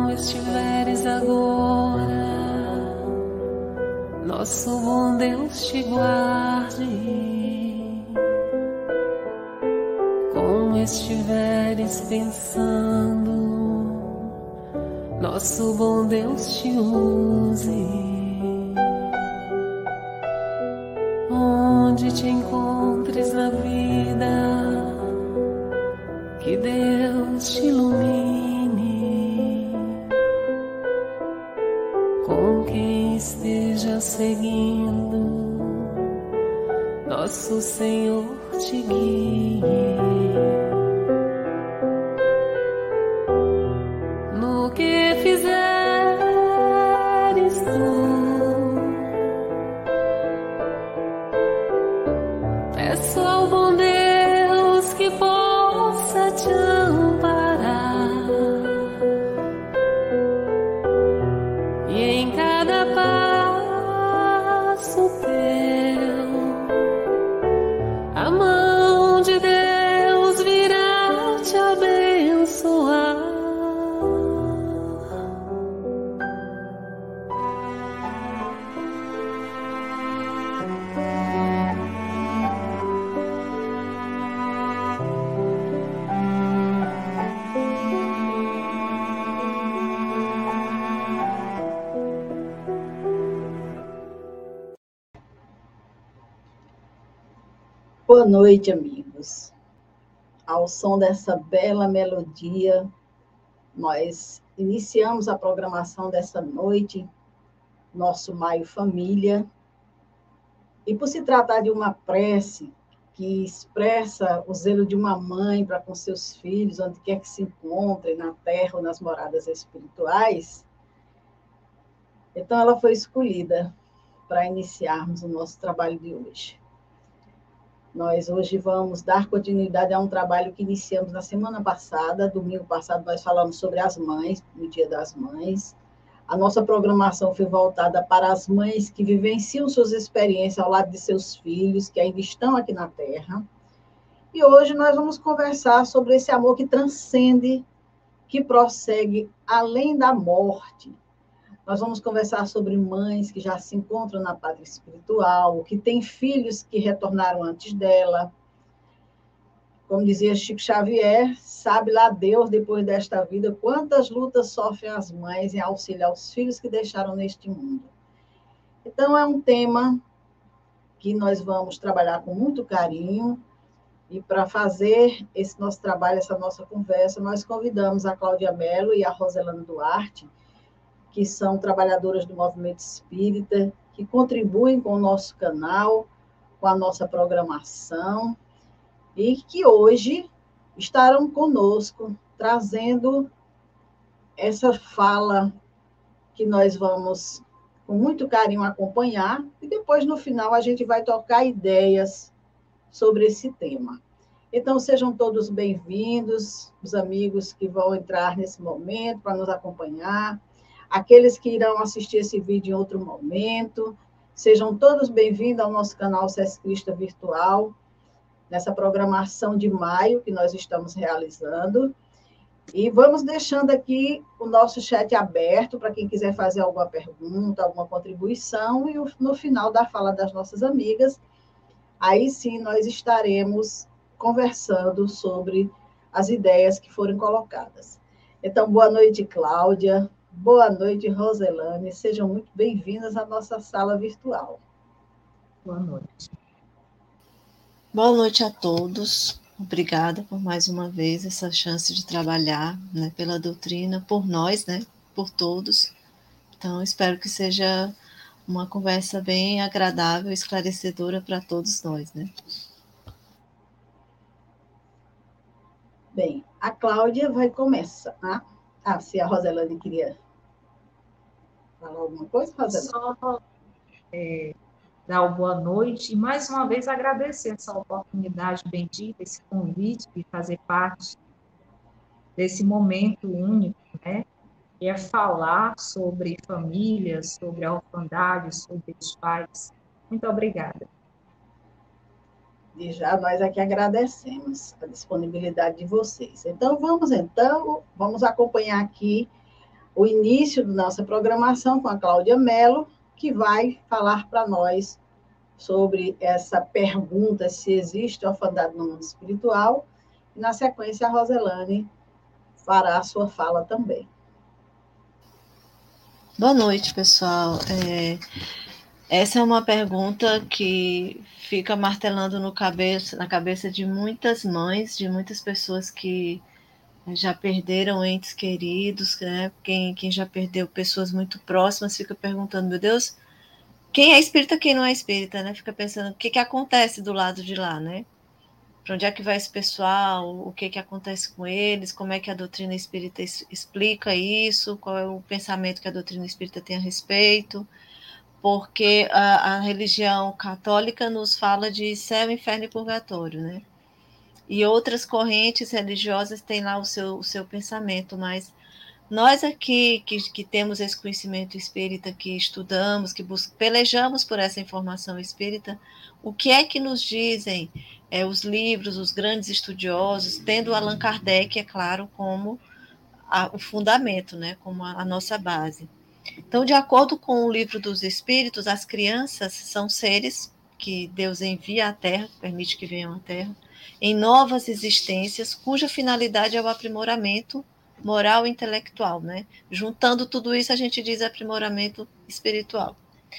como estiveres agora, nosso bom Deus te guarde. Como estiveres pensando, nosso bom Deus te use. Onde te encontres na vida, que Deus te ilumine. Com quem esteja seguindo, nosso Senhor te guie. No que fizeres tu, peço ao bom Deus que possa te amparar, e em cada passo teu, a mão de Deus virá te abençoar. Boa noite, amigos. Ao som dessa bela melodia, nós iniciamos a programação dessa noite, nosso Maio Família. E por se tratar de uma prece que expressa o zelo de uma mãe para com seus filhos, onde quer que se encontrem, na terra ou nas moradas espirituais, então ela foi escolhida para iniciarmos o nosso trabalho de hoje. Nós hoje vamos dar continuidade a um trabalho que iniciamos na semana passada. Domingo passado nós falamos sobre as mães, no Dia das Mães. A nossa programação foi voltada para as mães que vivenciam suas experiências ao lado de seus filhos, que ainda estão aqui na Terra. E hoje nós vamos conversar sobre esse amor que transcende, que prossegue além da morte. Nós vamos conversar sobre mães que já se encontram na pátria espiritual, que têm filhos que retornaram antes dela. Como dizia Chico Xavier, sabe lá Deus, depois desta vida, quantas lutas sofrem as mães em auxiliar os filhos que deixaram neste mundo. Então, é um tema que nós vamos trabalhar com muito carinho. E para fazer esse nosso trabalho, essa nossa conversa, nós convidamos a Cláudia Mello e a Roselane Duarte, que são trabalhadoras do movimento espírita, que contribuem com o nosso canal, com a nossa programação, e que hoje estarão conosco, trazendo essa fala que nós vamos, com muito carinho, acompanhar, e depois, no final, a gente vai trocar ideias sobre esse tema. Então, sejam todos bem-vindos, os amigos que vão entrar nesse momento para nos acompanhar, aqueles que irão assistir esse vídeo em outro momento, sejam todos bem-vindos ao nosso canal SESC Crista Virtual, nessa programação de maio que nós estamos realizando. E vamos deixando aqui o nosso chat aberto para quem quiser fazer alguma pergunta, alguma contribuição, e no final da fala das nossas amigas, aí sim nós estaremos conversando sobre as ideias que foram colocadas. Então, boa noite, Cláudia. Boa noite, Roselane. Sejam muito bem-vindas à nossa sala virtual. Boa noite. Boa noite a todos. Obrigada por mais uma vez essa chance de trabalhar, né, pela doutrina, por nós, né, por todos. Então, espero que seja uma conversa bem agradável, esclarecedora para todos nós, né? Bem, a Cláudia vai começar. Se a Roselane queria falar alguma coisa, Roselane? Só dar uma boa noite e, mais uma vez, agradecer essa oportunidade bendita, esse convite de fazer parte desse momento único, né? E é falar sobre família, sobre a orfandade, sobre os pais. Muito obrigada. E já nós aqui agradecemos a disponibilidade de vocês. Então, vamos acompanhar aqui o início da nossa programação com a Cláudia Mello, que vai falar para nós sobre essa pergunta, se existe orfandade no mundo espiritual. E, na sequência, a Roselane fará a sua fala também. Boa noite, pessoal. Essa é uma pergunta que fica martelando na cabeça de muitas mães, de muitas pessoas que já perderam entes queridos, né? Quem já perdeu pessoas muito próximas fica perguntando, meu Deus, quem é espírita, quem não é espírita, né? Fica pensando o que acontece do lado de lá, né? Para onde é que vai esse pessoal? O que acontece com eles? Como é que a doutrina espírita explica isso? Qual é o pensamento que a doutrina espírita tem a respeito? Porque a religião católica nos fala de céu, inferno e purgatório, né? E outras correntes religiosas têm lá o seu pensamento, mas nós aqui que temos esse conhecimento espírita, que estudamos, que pelejamos por essa informação espírita, o que é que nos dizem os livros, os grandes estudiosos, tendo Allan Kardec, é claro, como o fundamento, né, como a nossa base. Então, de acordo com o livro dos Espíritos, as crianças são seres que Deus envia à Terra, permite que venham à Terra, em novas existências, cuja finalidade é o aprimoramento moral e intelectual, né? Juntando tudo isso, a gente diz aprimoramento espiritual.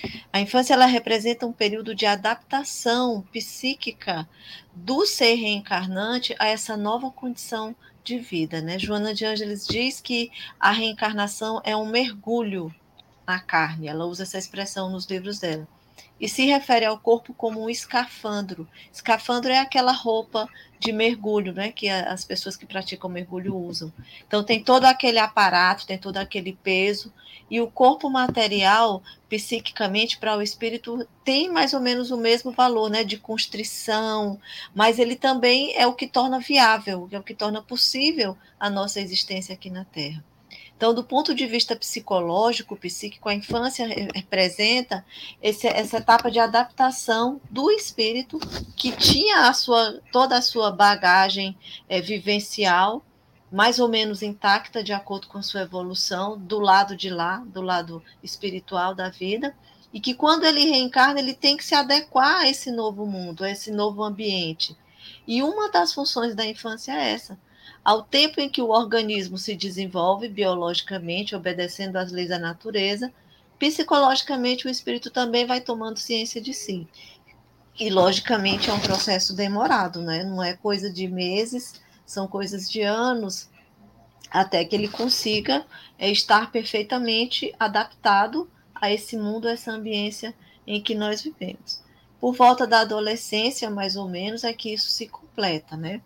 A infância, ela representa um período de adaptação psíquica do ser reencarnante a essa nova condição de vida, né? Joana de Ângeles diz que a reencarnação é um mergulho na carne, ela usa essa expressão nos livros dela, e se refere ao corpo como um escafandro. Escafandro é aquela roupa de mergulho, né, que as pessoas que praticam mergulho usam. Então tem todo aquele aparato, tem todo aquele peso, e o corpo material, psiquicamente, para o espírito, tem mais ou menos o mesmo valor, né, de constrição, mas ele também é o que torna viável, é o que torna possível a nossa existência aqui na Terra. Então, do ponto de vista psicológico, psíquico, a infância representa essa etapa de adaptação do espírito que tinha toda a sua bagagem vivencial, mais ou menos intacta, de acordo com a sua evolução, do lado de lá, do lado espiritual da vida, e que quando ele reencarna, ele tem que se adequar a esse novo mundo, a esse novo ambiente. E uma das funções da infância é essa. Ao tempo em que o organismo se desenvolve biologicamente, obedecendo às leis da natureza, psicologicamente o espírito também vai tomando ciência de si. E, logicamente, é um processo demorado, né? Não é coisa de meses, são coisas de anos, até que ele consiga estar perfeitamente adaptado a esse mundo, a essa ambiência em que nós vivemos. Por volta da adolescência, mais ou menos, é que isso se completa, né?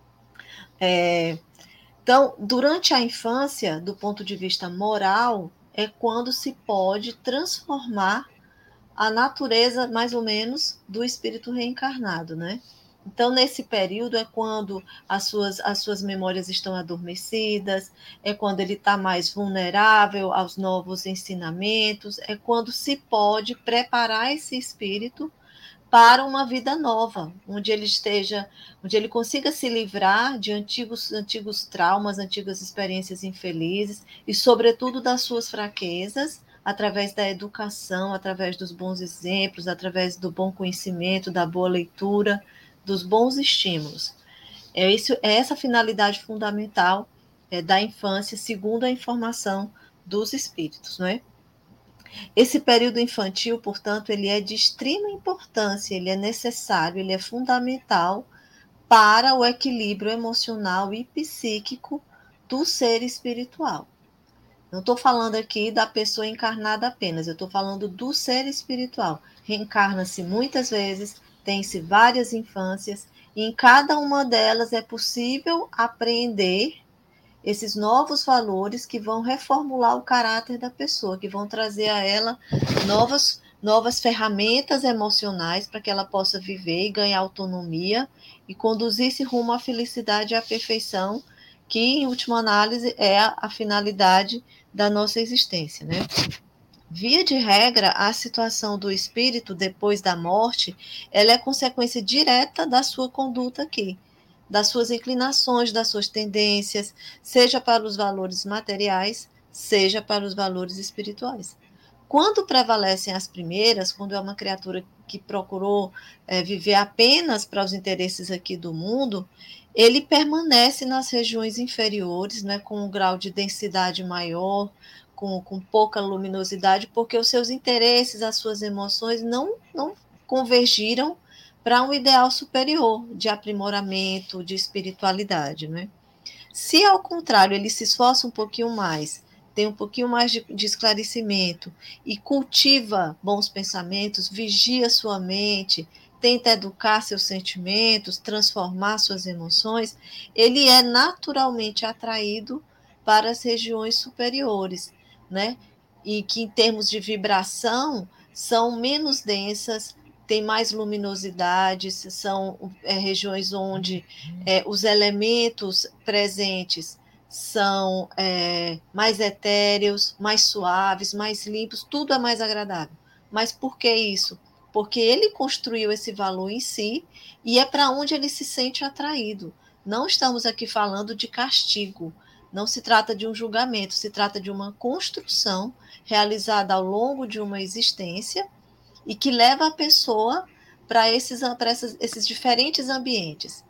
Então, durante a infância, do ponto de vista moral, é quando se pode transformar a natureza, mais ou menos, do espírito reencarnado, né? Então, nesse período é quando as suas memórias estão adormecidas, é quando ele está mais vulnerável aos novos ensinamentos, é quando se pode preparar esse espírito para uma vida nova, onde ele consiga se livrar de antigos traumas, antigas experiências infelizes e, sobretudo, das suas fraquezas, através da educação, através dos bons exemplos, através do bom conhecimento, da boa leitura, dos bons estímulos. É essa a finalidade fundamental da infância, segundo a informação dos espíritos, não é? Esse período infantil, portanto, ele é de extrema importância, ele é necessário, ele é fundamental para o equilíbrio emocional e psíquico do ser espiritual. Não estou falando aqui da pessoa encarnada apenas, eu estou falando do ser espiritual. Reencarna-se muitas vezes, tem-se várias infâncias, e em cada uma delas é possível apreender esses novos valores que vão reformular o caráter da pessoa, que vão trazer a ela novas ferramentas emocionais para que ela possa viver e ganhar autonomia e conduzir-se rumo à felicidade e à perfeição, que, em última análise, é a finalidade da nossa existência, né? Via de regra, a situação do espírito depois da morte, ela é consequência direta da sua conduta aqui, das suas inclinações, das suas tendências, seja para os valores materiais, seja para os valores espirituais. Quando prevalecem as primeiras, quando é uma criatura que procurou viver apenas para os interesses aqui do mundo, ele permanece nas regiões inferiores, né, com um grau de densidade maior, com pouca luminosidade, porque os seus interesses, as suas emoções não convergiram para um ideal superior de aprimoramento, de espiritualidade, né? Se, ao contrário, ele se esforça um pouquinho mais, tem um pouquinho mais de esclarecimento e cultiva bons pensamentos, vigia sua mente, tenta educar seus sentimentos, transformar suas emoções, ele é naturalmente atraído para as regiões superiores, né? E que, em termos de vibração, são menos densas, têm mais luminosidades, são regiões onde os elementos presentes são mais etéreos, mais suaves, mais limpos, tudo é mais agradável. Mas por que isso? Porque ele construiu esse valor em si e é para onde ele se sente atraído. Não estamos aqui falando de castigo, não se trata de um julgamento, se trata de uma construção realizada ao longo de uma existência e que leva a pessoa para esses diferentes ambientes.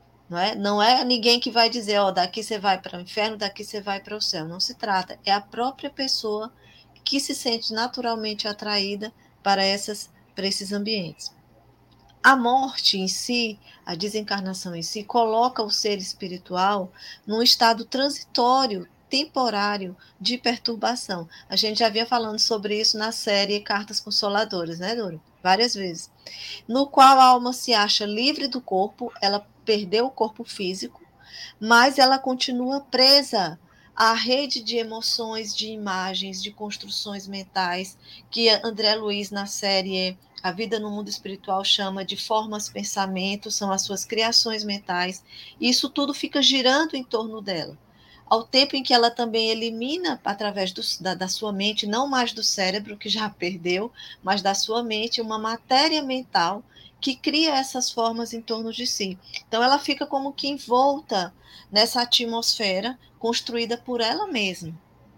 Não é ninguém que vai dizer, daqui você vai para o inferno, daqui você vai para o céu. Não se trata. É a própria pessoa que se sente naturalmente atraída para esses ambientes. A morte em si, a desencarnação em si, coloca o ser espiritual num estado transitório, temporário, de perturbação. A gente já vinha falando sobre isso na série Cartas Consoladoras, né, Doro? Várias vezes. No qual a alma se acha livre do corpo, ela perdeu o corpo físico, mas ela continua presa à rede de emoções, de imagens, de construções mentais, que André Luiz, na série A Vida no Mundo Espiritual, chama de formas pensamentos, são as suas criações mentais, e isso tudo fica girando em torno dela. Ao tempo em que ela também elimina, através da sua mente, não mais do cérebro, que já perdeu, mas da sua mente, uma matéria mental que cria essas formas em torno de si. Então, ela fica como que envolta nessa atmosfera construída por ela mesma.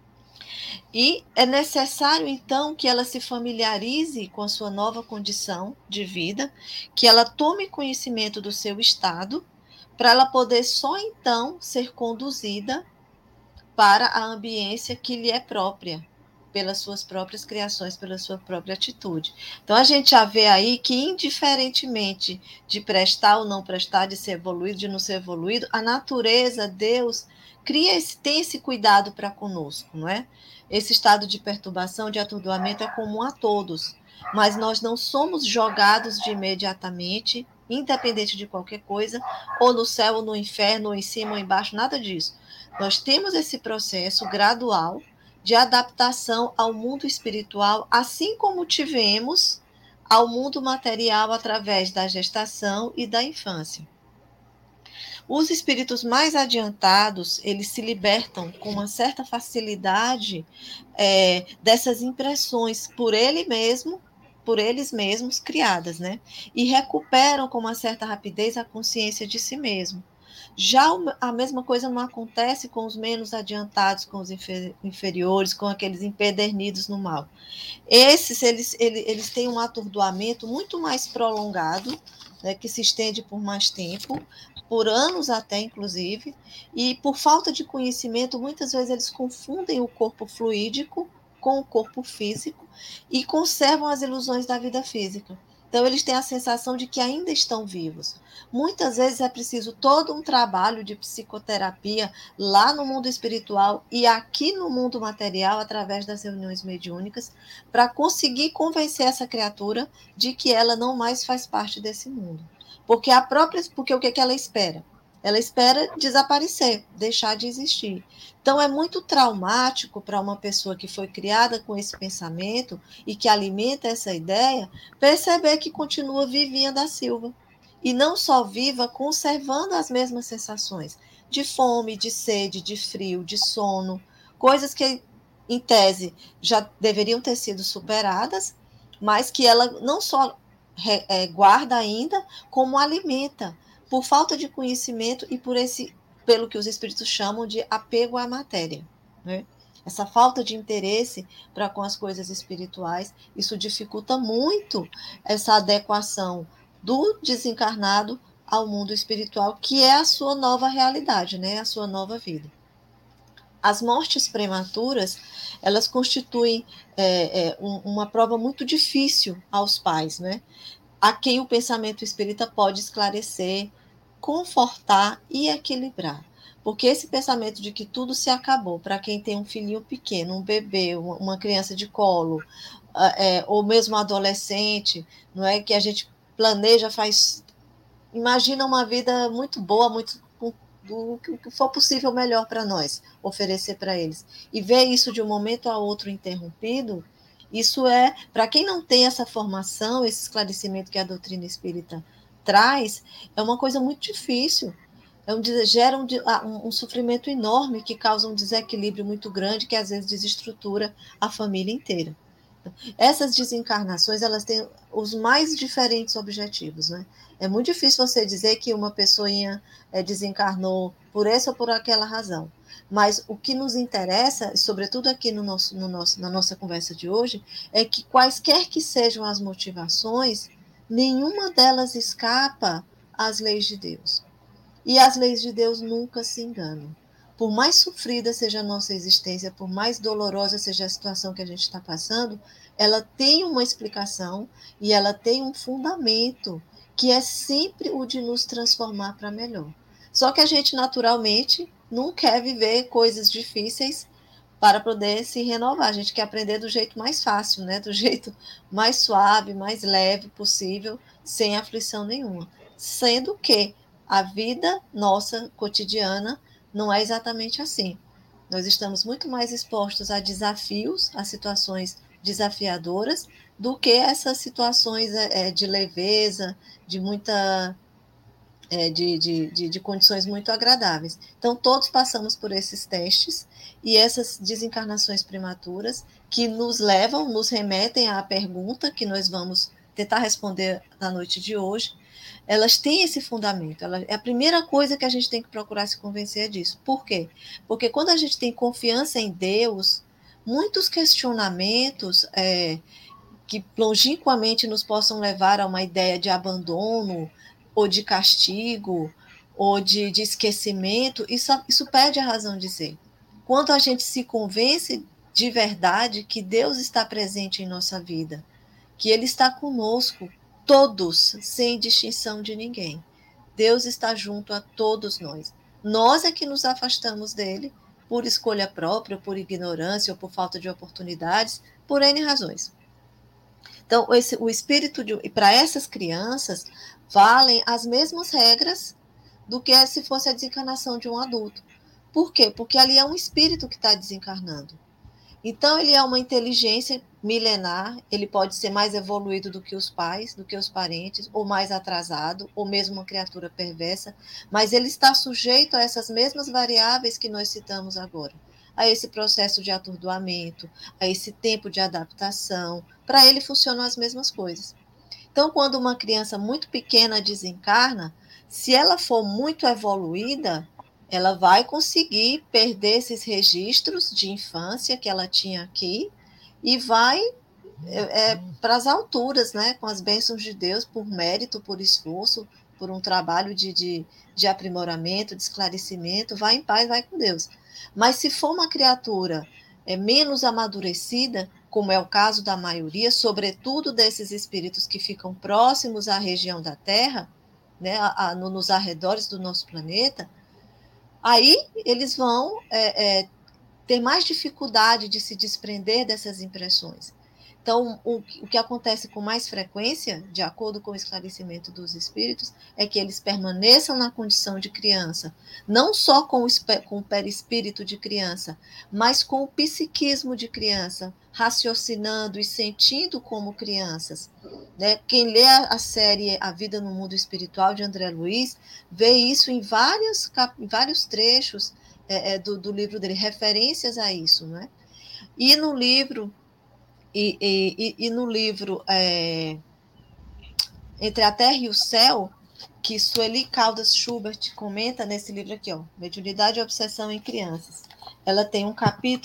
E é necessário, então, que ela se familiarize com a sua nova condição de vida, que ela tome conhecimento do seu estado, para ela poder só então ser conduzida para a ambiência que lhe é própria, pelas suas próprias criações, pela sua própria atitude. Então, a gente já vê aí que, indiferentemente de prestar ou não prestar, de ser evoluído, de não ser evoluído, a natureza, Deus, tem esse cuidado para conosco, não é? Esse estado de perturbação, de atordoamento é comum a todos, mas nós não somos jogados de imediatamente, independente de qualquer coisa, ou no céu, ou no inferno, ou em cima ou embaixo, nada disso. Nós temos esse processo gradual de adaptação ao mundo espiritual, assim como tivemos ao mundo material através da gestação e da infância. Os espíritos mais adiantados, eles se libertam com uma certa facilidade dessas impressões por eles mesmos criadas, né? E recuperam com uma certa rapidez a consciência de si mesmo. Já a mesma coisa não acontece com os menos adiantados, com os inferiores, com aqueles empedernidos no mal. Esses, eles têm um atordoamento muito mais prolongado, né, que se estende por mais tempo, por anos até, inclusive, e por falta de conhecimento, muitas vezes eles confundem o corpo fluídico com o corpo físico e conservam as ilusões da vida física. Então, eles têm a sensação de que ainda estão vivos. Muitas vezes é preciso todo um trabalho de psicoterapia lá no mundo espiritual e aqui no mundo material, através das reuniões mediúnicas, para conseguir convencer essa criatura de que ela não mais faz parte desse mundo. Porque o que ela espera? Ela espera desaparecer, deixar de existir. Então, é muito traumático para uma pessoa que foi criada com esse pensamento e que alimenta essa ideia, perceber que continua vivinha da Silva. E não só viva, conservando as mesmas sensações de fome, de sede, de frio, de sono, coisas que, em tese, já deveriam ter sido superadas, mas que ela não só guarda ainda, como alimenta, por falta de conhecimento e pelo que os espíritos chamam de apego à matéria, né? essa falta de interesse para com as coisas espirituais, isso dificulta muito essa adequação do desencarnado ao mundo espiritual, que é a sua nova realidade, né? A sua nova vida. As mortes prematuras, elas constituem uma prova muito difícil aos pais, né? A quem o pensamento espírita pode esclarecer, confortar e equilibrar. Porque esse pensamento de que tudo se acabou, para quem tem um filhinho pequeno, um bebê, uma criança de colo, ou mesmo um adolescente, não é, que a gente planeja, imagina uma vida muito boa, do que for possível melhor para nós, oferecer para eles. E ver isso de um momento a outro interrompido, isso para quem não tem essa formação, esse esclarecimento que a doutrina espírita traz, é uma coisa muito difícil. Gera um sofrimento enorme que causa um desequilíbrio muito grande que às vezes desestrutura a família inteira. Essas desencarnações, elas têm os mais diferentes objetivos, né? É muito difícil você dizer que uma pessoinha desencarnou por essa ou por aquela razão. Mas o que nos interessa, sobretudo aqui na nossa conversa de hoje, é que quaisquer que sejam as motivações, nenhuma delas escapa às leis de Deus. E as leis de Deus nunca se enganam. Por mais sofrida seja a nossa existência, por mais dolorosa seja a situação que a gente está passando, ela tem uma explicação e ela tem um fundamento, que é sempre o de nos transformar para melhor. Só que a gente, naturalmente, não quer viver coisas difíceis para poder se renovar. A gente quer aprender do jeito mais fácil, né? Do jeito mais suave, mais leve possível, sem aflição nenhuma. Sendo que a vida nossa cotidiana não é exatamente assim. Nós estamos muito mais expostos a desafios, a situações desafiadoras, do que essas situações de leveza, de muita de condições muito agradáveis. Então, todos passamos por esses testes e essas desencarnações prematuras que nos remetem à pergunta que nós vamos tentar responder na noite de hoje, elas têm esse fundamento. É a primeira coisa que a gente tem que procurar se convencer disso. Por quê? Porque quando a gente tem confiança em Deus, muitos questionamentos que longínquamente nos possam levar a uma ideia de abandono, ou de castigo, ou de esquecimento, isso perde a razão de ser. Quando a gente se convence de verdade que Deus está presente em nossa vida, que Ele está conosco, todos, sem distinção de ninguém. Deus está junto a todos nós. Nós é que nos afastamos dele por escolha própria, por ignorância ou por falta de oportunidades, por N razões. Então, o espírito para essas crianças valem as mesmas regras do que se fosse a desencarnação de um adulto. Por quê? Porque ali é um espírito que está desencarnando. Então, ele é uma inteligência milenar, ele pode ser mais evoluído do que os pais, do que os parentes, ou mais atrasado, ou mesmo uma criatura perversa, mas ele está sujeito a essas mesmas variáveis que nós citamos agora, a esse processo de atordoamento, a esse tempo de adaptação. Para ele funcionam as mesmas coisas. Então, quando uma criança muito pequena desencarna, se ela for muito evoluída, ela vai conseguir perder esses registros de infância que ela tinha aqui e vai para as alturas, né, com as bênçãos de Deus, por mérito, por esforço, por um trabalho de aprimoramento, de esclarecimento, vai em paz, vai com Deus. Mas se for uma criatura menos amadurecida, como é o caso da maioria, sobretudo desses espíritos que ficam próximos à região da Terra, né, nos arredores do nosso planeta, aí eles vão ter mais dificuldade de se desprender dessas impressões. Então, o que acontece com mais frequência, de acordo com o esclarecimento dos espíritos, é que eles permaneçam na condição de criança, não só com o perispírito de criança, mas com o psiquismo de criança, raciocinando e sentindo como crianças. Né? Quem lê a série A Vida no Mundo Espiritual, de André Luiz, vê isso em vários trechos do livro dele, referências a isso. Né? E no livro... E no livro Entre a Terra e o Céu, que Sueli Caldas Schubert comenta nesse livro aqui, ó, Mediunidade e Obsessão em Crianças, ela tem um capítulo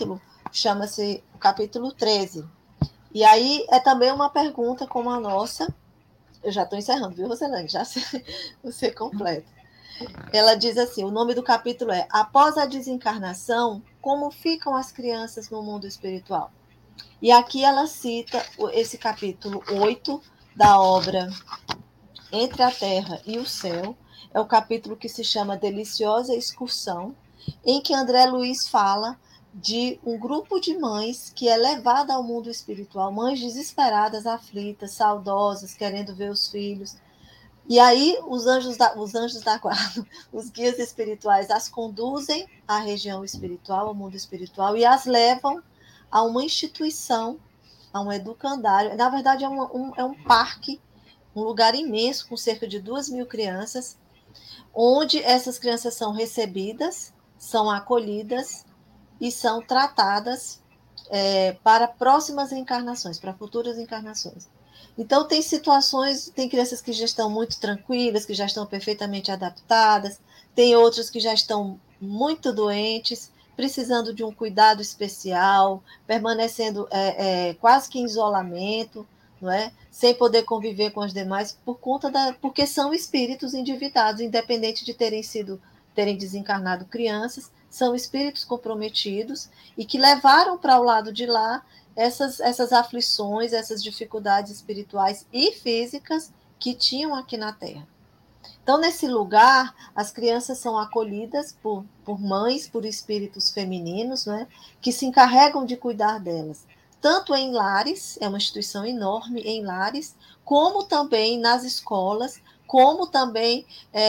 chama-se o capítulo 13. E aí é também uma pergunta como a nossa. Eu já estou encerrando, viu, Roselane? Já você completa. Ela diz assim, o nome do capítulo é Após a desencarnação, como ficam as crianças no mundo espiritual? E aqui ela cita esse capítulo 8 da obra Entre a Terra e o Céu. É o capítulo que se chama Deliciosa Excursão, em que André Luiz fala de um grupo de mães que é levada ao mundo espiritual, mães desesperadas, aflitas, saudosas, querendo ver os filhos. E aí os anjos da guarda, os guias espirituais, as conduzem à região espiritual, ao mundo espiritual, e as levam a uma instituição, a um educandário. Na verdade, é um parque, um lugar imenso, com cerca de 2.000 crianças, onde essas crianças são recebidas, são acolhidas e são tratadas para próximas encarnações, para futuras encarnações. Então, tem situações, tem crianças que já estão muito tranquilas, que já estão perfeitamente adaptadas, tem outras que já estão muito doentes, precisando de um cuidado especial, permanecendo quase que em isolamento, não é? Sem poder conviver com os demais, porque são espíritos endividados, independente de terem desencarnado crianças, são espíritos comprometidos e que levaram para o lado de lá essas aflições, essas dificuldades espirituais e físicas que tinham aqui na Terra. Então, nesse lugar, as crianças são acolhidas por mães, por espíritos femininos, né, que se encarregam de cuidar delas, tanto em lares, é uma instituição enorme, em lares, como também nas escolas, como também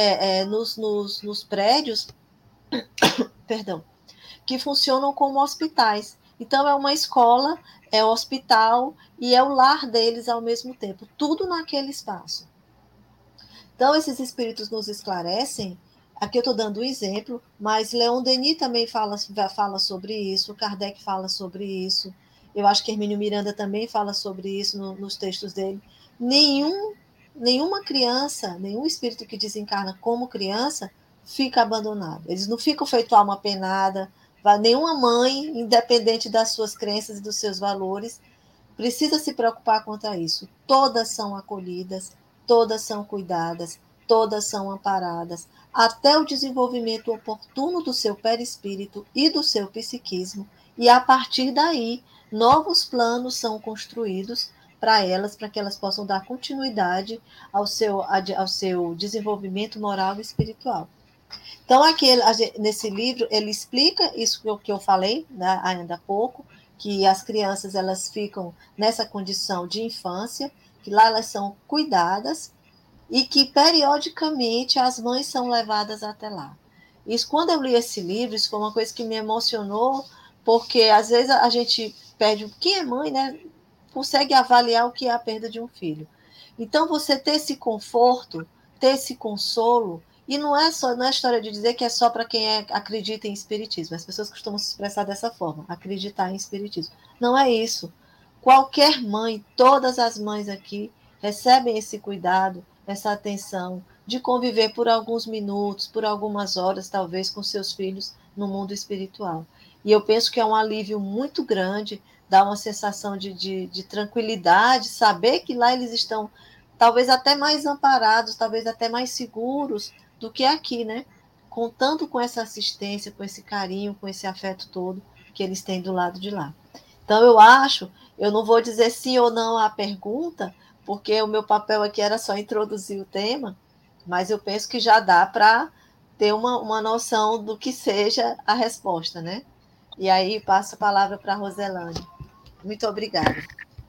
nos prédios, perdão, que funcionam como hospitais. Então, é uma escola, é o hospital e é o lar deles ao mesmo tempo, tudo naquele espaço. Então, esses espíritos nos esclarecem. Aqui eu estou dando um exemplo, mas Leon Denis também fala sobre isso, Kardec fala sobre isso, eu acho que Hermínio Miranda também fala sobre isso nos textos dele. Nenhuma criança, nenhum espírito que desencarna como criança fica abandonado. Eles não ficam feito alma penada, nenhuma mãe, independente das suas crenças e dos seus valores, precisa se preocupar quanto a isso. Todas são acolhidas, todas são cuidadas, todas são amparadas, até o desenvolvimento oportuno do seu perispírito e do seu psiquismo, e a partir daí, novos planos são construídos para elas, para que elas possam dar continuidade ao seu desenvolvimento moral e espiritual. Então, aqui, nesse livro, ele explica isso que eu falei, né, ainda há pouco, que as crianças elas ficam nessa condição de infância, que lá elas são cuidadas e que, periodicamente, as mães são levadas até lá. Isso, quando eu li esse livro, isso foi uma coisa que me emocionou, porque, às vezes, a gente perde... Quem é mãe, né, consegue avaliar o que é a perda de um filho. Então, você ter esse conforto, ter esse consolo, e não é história de dizer que é só para quem acredita em espiritismo. As pessoas costumam se expressar dessa forma, acreditar em espiritismo. Não é isso. Qualquer mãe, todas as mães aqui, recebem esse cuidado, essa atenção de conviver por alguns minutos, por algumas horas, talvez, com seus filhos no mundo espiritual. E eu penso que é um alívio muito grande, dá uma sensação de tranquilidade, saber que lá eles estão talvez até mais amparados, talvez até mais seguros do que aqui, né? Contando com essa assistência, com esse carinho, com esse afeto todo que eles têm do lado de lá. Então, eu não vou dizer sim ou não à pergunta, porque o meu papel aqui era só introduzir o tema, mas eu penso que já dá para ter uma noção do que seja a resposta, né? E aí passo a palavra para a Roselane. Muito obrigada.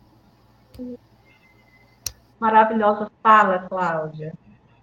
Maravilhosa fala, Cláudia.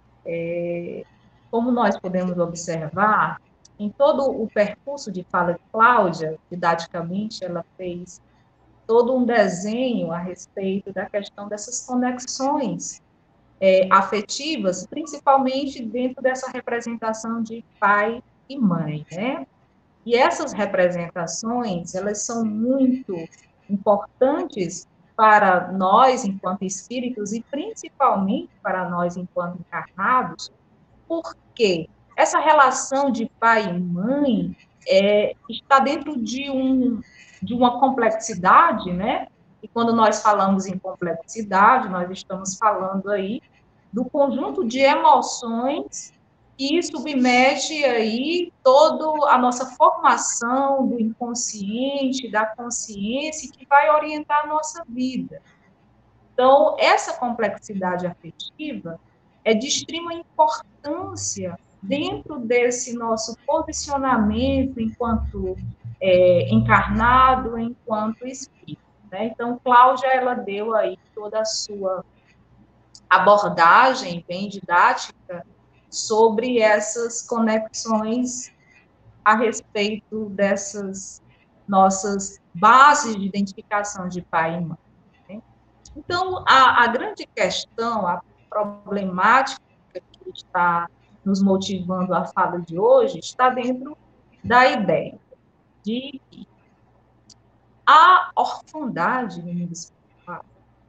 Como nós podemos observar, em todo o percurso de fala de Cláudia, didaticamente, ela fez todo um desenho a respeito da questão dessas conexões afetivas, principalmente dentro dessa representação de pai e mãe, né? E essas representações, elas são muito importantes para nós, enquanto espíritos, e principalmente para nós, enquanto encarnados, porque essa relação de pai e mãe, está dentro de uma complexidade, né? E quando nós falamos em complexidade, nós estamos falando aí do conjunto de emoções que submete aí toda a nossa formação do inconsciente, da consciência, que vai orientar a nossa vida. Então, essa complexidade afetiva é de extrema importância dentro desse nosso posicionamento enquanto encarnado, enquanto espírito, né? Então, Cláudia, ela deu aí toda a sua abordagem bem didática sobre essas conexões a respeito dessas nossas bases de identificação de pai e mãe, né? Então, a grande questão, a problemática que está nos motivando a fala de hoje, está dentro da ideia de que a orfandade no mundo espiritual.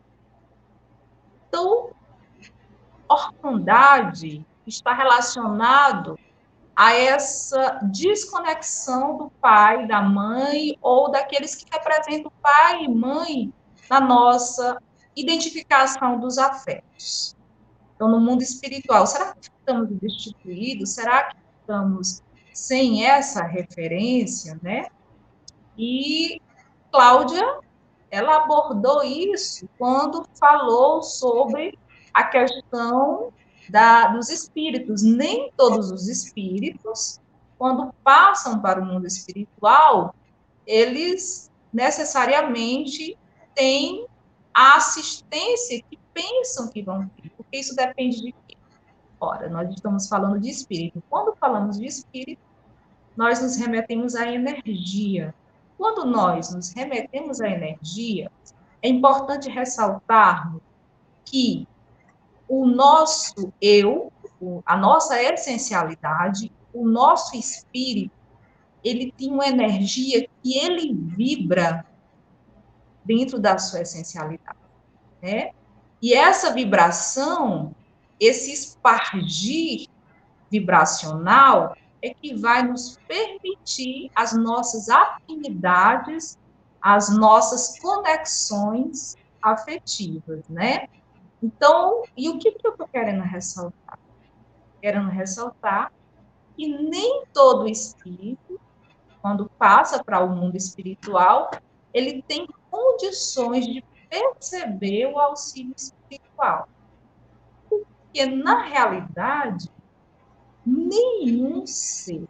Então, orfandade está relacionado a essa desconexão do pai, da mãe, ou daqueles que representam pai e mãe na nossa identificação dos afetos. Então, no mundo espiritual, será que estamos destituídos? Será que estamos sem essa referência, né? E Cláudia, ela abordou isso quando falou sobre a questão dos espíritos. Nem todos os espíritos, quando passam para o mundo espiritual, eles necessariamente têm a assistência que pensam que vão ter, porque isso depende de quê? Ora, nós estamos falando de espírito. Quando falamos de espírito, nós nos remetemos à energia. Quando nós nos remetemos à energia, é importante ressaltarmos que o nosso eu, a nossa essencialidade, o nosso espírito, ele tem uma energia que ele vibra dentro da sua essencialidade, né? E essa vibração, esse espargir vibracional, é que vai nos permitir as nossas afinidades, as nossas conexões afetivas, né? Então, e o que eu estou querendo ressaltar? Querendo ressaltar que nem todo espírito, quando passa para o mundo espiritual, ele tem condições de perceber o auxílio espiritual. Porque, na realidade, nenhum ser,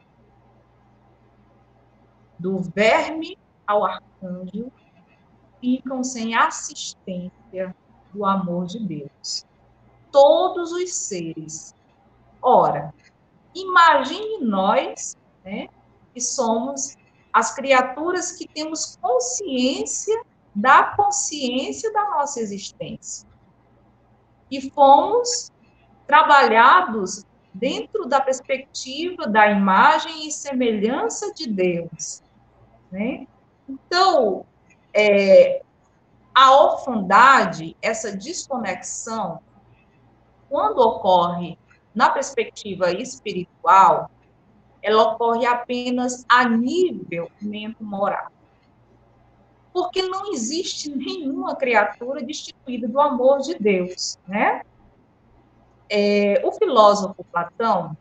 do verme ao arcanjo, ficam sem assistência do amor de Deus. Todos os seres. Ora, imagine nós, né, que somos as criaturas que temos consciência da nossa existência. E fomos trabalhados dentro da perspectiva da imagem e semelhança de Deus, né? Então, a orfandade, essa desconexão, quando ocorre na perspectiva espiritual, ela ocorre apenas a nível moral. Porque não existe nenhuma criatura destituída do amor de Deus, né? O filósofo Platão,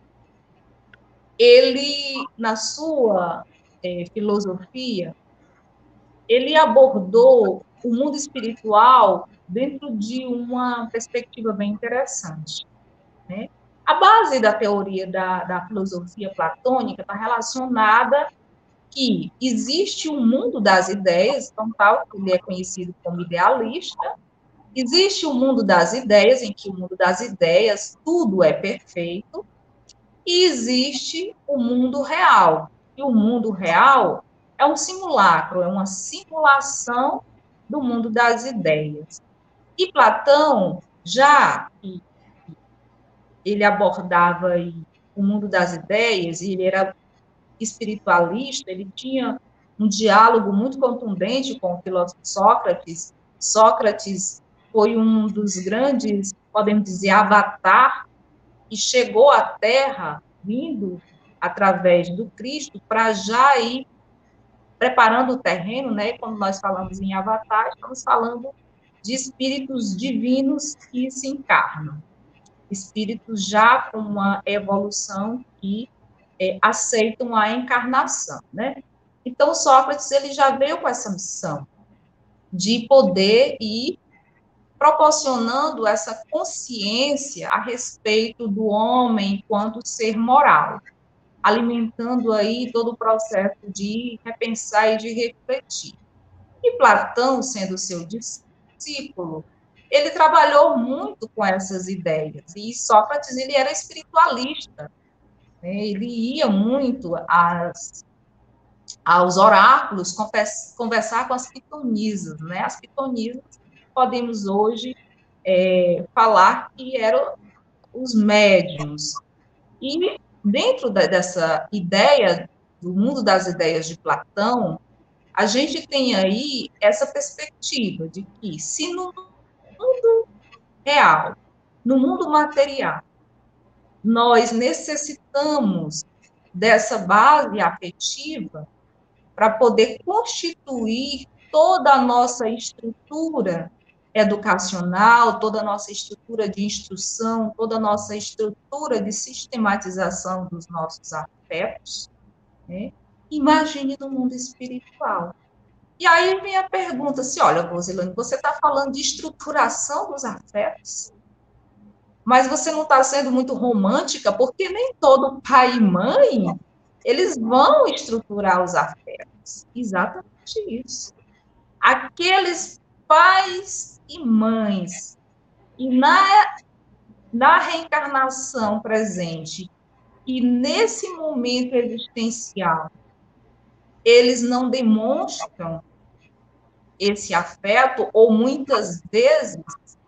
ele, na sua filosofia, ele abordou o mundo espiritual dentro de uma perspectiva bem interessante, né? A base da teoria da filosofia platônica está relacionada que existe um mundo das ideias, então tal, ele é conhecido como idealista. Existe o mundo das ideias, em que o mundo das ideias tudo é perfeito, e existe o mundo real. E o mundo real é um simulacro, é uma simulação do mundo das ideias. E Platão, já que ele abordava aí o mundo das ideias, e ele era espiritualista, ele tinha um diálogo muito contundente com o filósofo Sócrates. Sócrates foi um dos grandes, podemos dizer, avatar, que chegou à Terra vindo através do Cristo, para já ir preparando o terreno, né? Quando nós falamos em Avatar, estamos falando de espíritos divinos que se encarnam, espíritos já com uma evolução que aceitam a encarnação, né? Então, Sócrates, ele já veio com essa missão de poder ir proporcionando essa consciência a respeito do homem enquanto ser moral, alimentando aí todo o processo de repensar e de refletir. E Platão, sendo seu discípulo, ele trabalhou muito com essas ideias. E Sócrates, ele era espiritualista, né? Ele ia muito aos oráculos conversar com as pitonisas, né? As pitonisas, podemos hoje falar que eram os médiuns. E dentro dessa ideia, do mundo das ideias de Platão, a gente tem aí essa perspectiva de que se no mundo real, no mundo material, nós necessitamos dessa base afetiva para poder constituir toda a nossa estrutura educacional, toda a nossa estrutura de instrução, toda a nossa estrutura de sistematização dos nossos afetos, né? Imagine no mundo espiritual. E aí vem a pergunta assim, olha, Rosilane, você está falando de estruturação dos afetos, mas você não está sendo muito romântica, porque nem todo pai e mãe, eles vão estruturar os afetos. Exatamente isso. Aqueles pais e mães, e na reencarnação presente, e nesse momento existencial, eles não demonstram esse afeto, ou muitas vezes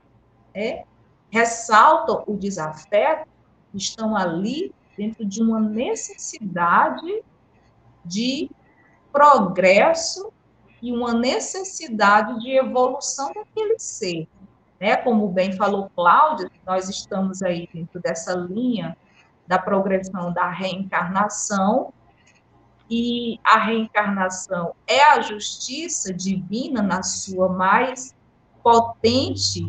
ressaltam o desafeto, estão ali dentro de uma necessidade de progresso e uma necessidade de evolução daquele ser. Né? Como bem falou Cláudia, nós estamos aí dentro dessa linha da progressão da reencarnação, e a reencarnação é a justiça divina na sua mais potente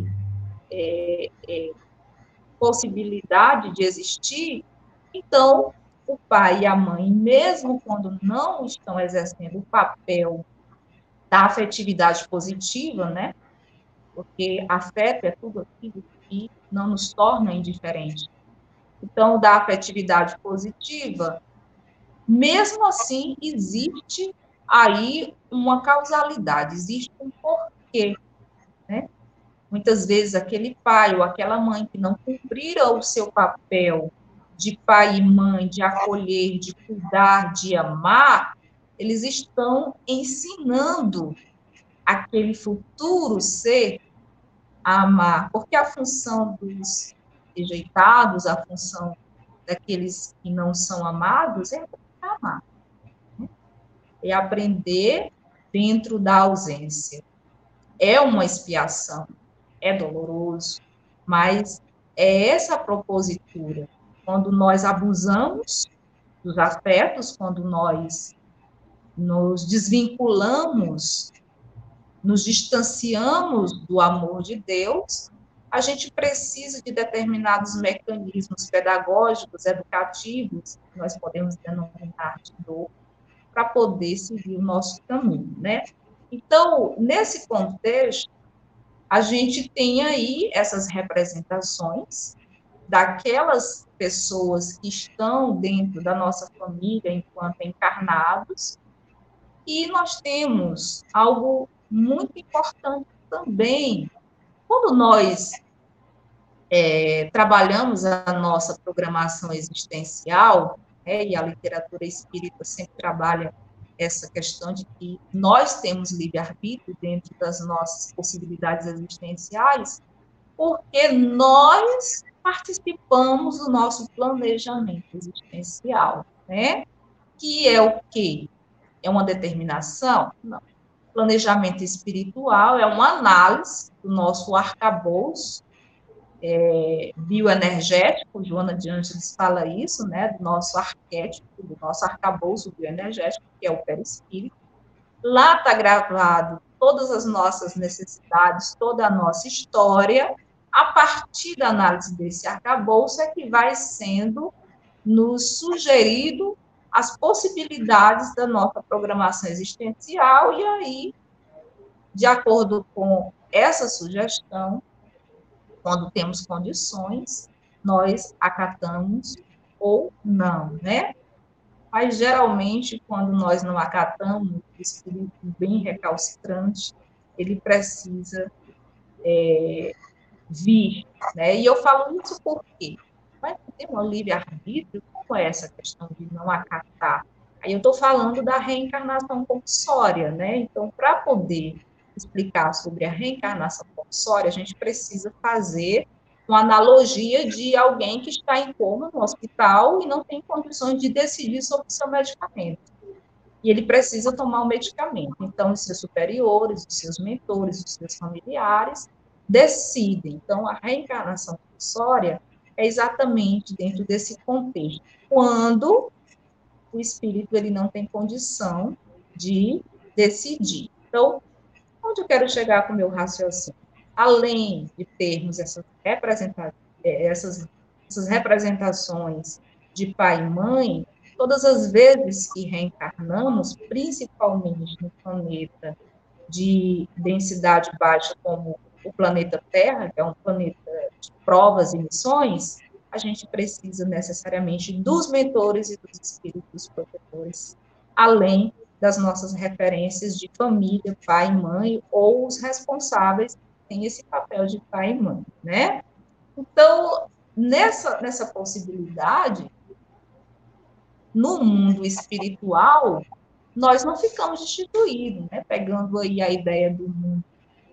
possibilidade de existir. Então, o pai e a mãe, mesmo quando não estão exercendo o papel da afetividade positiva, né? Porque afeto é tudo aquilo que não nos torna indiferentes. Então, da afetividade positiva, mesmo assim, existe aí uma causalidade, existe um porquê, né? Muitas vezes, aquele pai ou aquela mãe que não cumpriram o seu papel de pai e mãe, de acolher, de cuidar, de amar, eles estão ensinando aquele futuro ser a amar, porque a função dos rejeitados, a função daqueles que não são amados é amar, né? É aprender dentro da ausência. É uma expiação, é doloroso, mas é essa a propositura. Quando nós abusamos dos afetos, quando nós nos desvinculamos, nos distanciamos do amor de Deus, a gente precisa de determinados mecanismos pedagógicos, educativos, que nós podemos denominar de dor, para poder seguir o nosso caminho, né? Então, nesse contexto, a gente tem aí essas representações daquelas pessoas que estão dentro da nossa família enquanto encarnados, e nós temos algo muito importante também. Quando nós trabalhamos a nossa programação existencial, e a literatura espírita sempre trabalha essa questão de que nós temos livre-arbítrio dentro das nossas possibilidades existenciais, porque nós participamos do nosso planejamento existencial, né? Que é o quê? É uma determinação? Não. Planejamento espiritual é uma análise do nosso arcabouço bioenergético, Joana de Ângeles fala isso, né, do nosso arquétipo, do nosso arcabouço bioenergético, que é o perispírito. Lá está gravado todas as nossas necessidades, toda a nossa história. A partir da análise desse arcabouço é que vai sendo nos sugerido as possibilidades da nossa programação existencial, e aí, de acordo com essa sugestão, quando temos condições, nós acatamos ou não, né? Mas, geralmente, quando nós não acatamos, o espírito bem recalcitrante, ele precisa vir, né? E eu falo isso porque vai ter um livre-arbítrio, como é essa questão de não acatar? Aí eu estou falando da reencarnação compulsória, né? Então, para poder explicar sobre a reencarnação compulsória, a gente precisa fazer uma analogia de alguém que está em coma no hospital e não tem condições de decidir sobre o seu medicamento. E ele precisa tomar o medicamento. Então, os seus superiores, os seus mentores, os seus familiares decidem. Então, a reencarnação compulsória é exatamente dentro desse contexto. Quando o espírito ele não tem condição de decidir. Então, onde eu quero chegar com o meu raciocínio? Além de termos essas representações de pai e mãe, todas as vezes que reencarnamos, principalmente no planeta de densidade baixa, como o planeta Terra, que é um planeta de provas e missões, a gente precisa necessariamente dos mentores e dos espíritos protetores, além das nossas referências de família, pai e mãe, ou os responsáveis que têm esse papel de pai e mãe, né? Então, nessa possibilidade, no mundo espiritual, nós não ficamos destituídos, né? Pegando aí a ideia do mundo,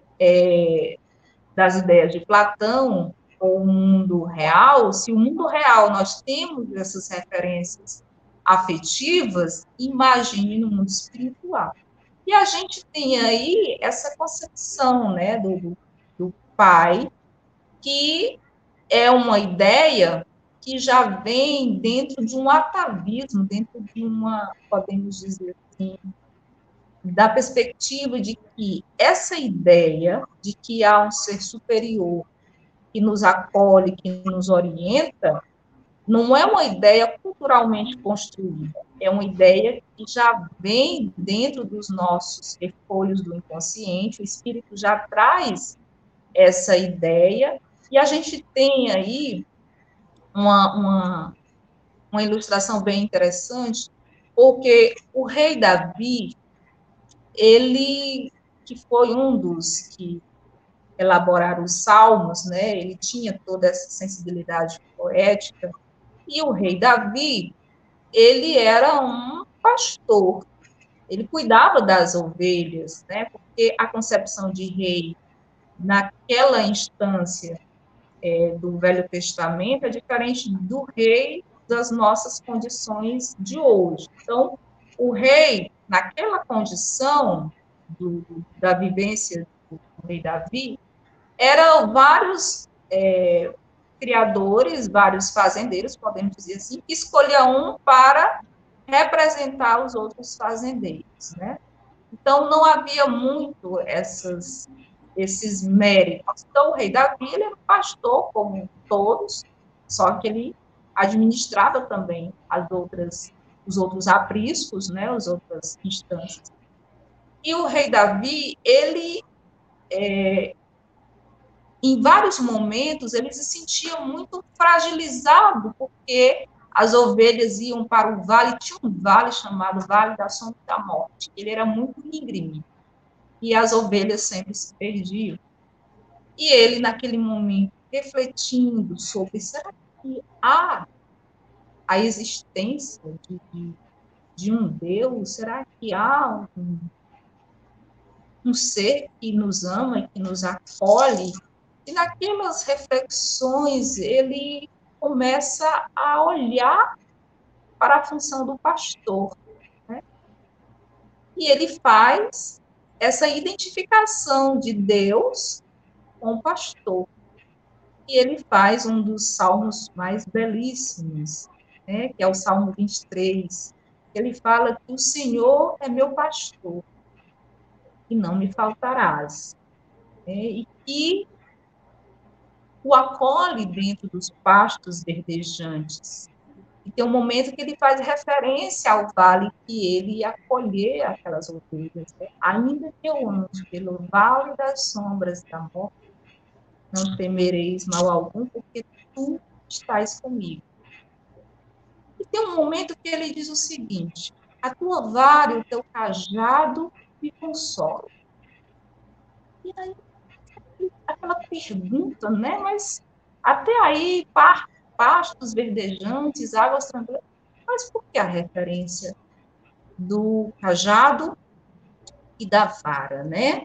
das ideias de Platão, ou o mundo real, se o mundo real nós temos essas referências afetivas, imagine no mundo espiritual. E a gente tem aí essa concepção, né, do pai, que é uma ideia que já vem dentro de um atavismo, dentro de uma, podemos dizer assim, da perspectiva de que essa ideia de que há um ser superior que nos acolhe, que nos orienta, não é uma ideia culturalmente construída, é uma ideia que já vem dentro dos nossos refolhos do inconsciente, o espírito já traz essa ideia, e a gente tem aí uma ilustração bem interessante, porque o rei Davi, ele, que foi um dos que elaboraram os salmos, né, ele tinha toda essa sensibilidade poética, e o rei Davi, ele era um pastor, ele cuidava das ovelhas, né, porque a concepção de rei, naquela instância do Velho Testamento, é diferente do rei das nossas condições de hoje. Então, o rei, naquela condição da vivência do rei Davi, eram vários criadores, vários fazendeiros, podemos dizer assim, que escolhia um para representar os outros fazendeiros, né? Então, não havia muito esses méritos. Então, o rei Davi, ele era um pastor, como todos, só que ele administrava também os outros apriscos, né, as outras instâncias. E o rei Davi, ele, em vários momentos, ele se sentia muito fragilizado, porque as ovelhas iam para o vale, tinha um vale chamado Vale da Sombra da Morte, ele era muito íngreme, e as ovelhas sempre se perdiam. E ele, naquele momento, refletindo sobre, será que há a existência de um Deus? Será que há um ser que nos ama e que nos acolhe? E naquelas reflexões, ele começa a olhar para a função do pastor, né? E ele faz essa identificação de Deus com o pastor. E ele faz um dos salmos mais belíssimos, né, que é o Salmo 23. Ele fala que o Senhor é meu pastor e não me faltarás, né, e que o acolhe dentro dos pastos verdejantes. E tem um momento que ele faz referência ao vale que ele ia acolher aquelas ovelhas, né? Ainda que eu ande pelo vale das sombras da morte, não temereis mal algum, porque tu estás comigo. E tem um momento que ele diz o seguinte: a tua vara e o teu cajado me consolam. E aí, aquela pergunta, né? Mas até aí, pastos verdejantes, águas tranquilas, mas por que a referência do cajado e da vara, né?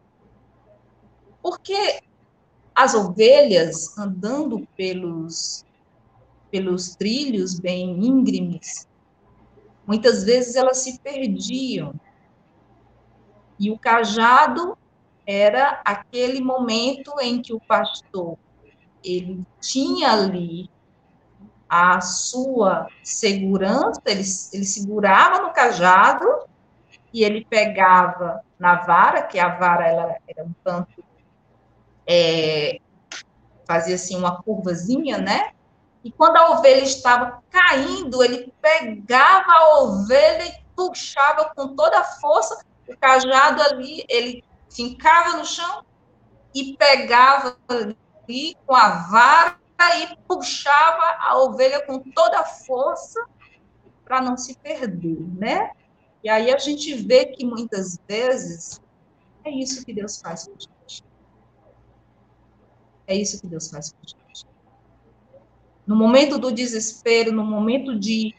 Porque as ovelhas andando pelos trilhos bem íngremes, muitas vezes elas se perdiam. E o cajado era aquele momento em que o pastor ele tinha ali a sua segurança, ele segurava no cajado e ele pegava na vara, que a vara ela era um tanto, fazia assim uma curvazinha, né? E quando a ovelha estava caindo, ele pegava a ovelha e puxava com toda a força, o cajado ali, ele fincava no chão e pegava ali com a vara e puxava a ovelha com toda a força para não se perder, né? E aí a gente vê que muitas vezes é isso que Deus faz com a gente. É isso que Deus faz com a gente. No momento do desespero, no momento de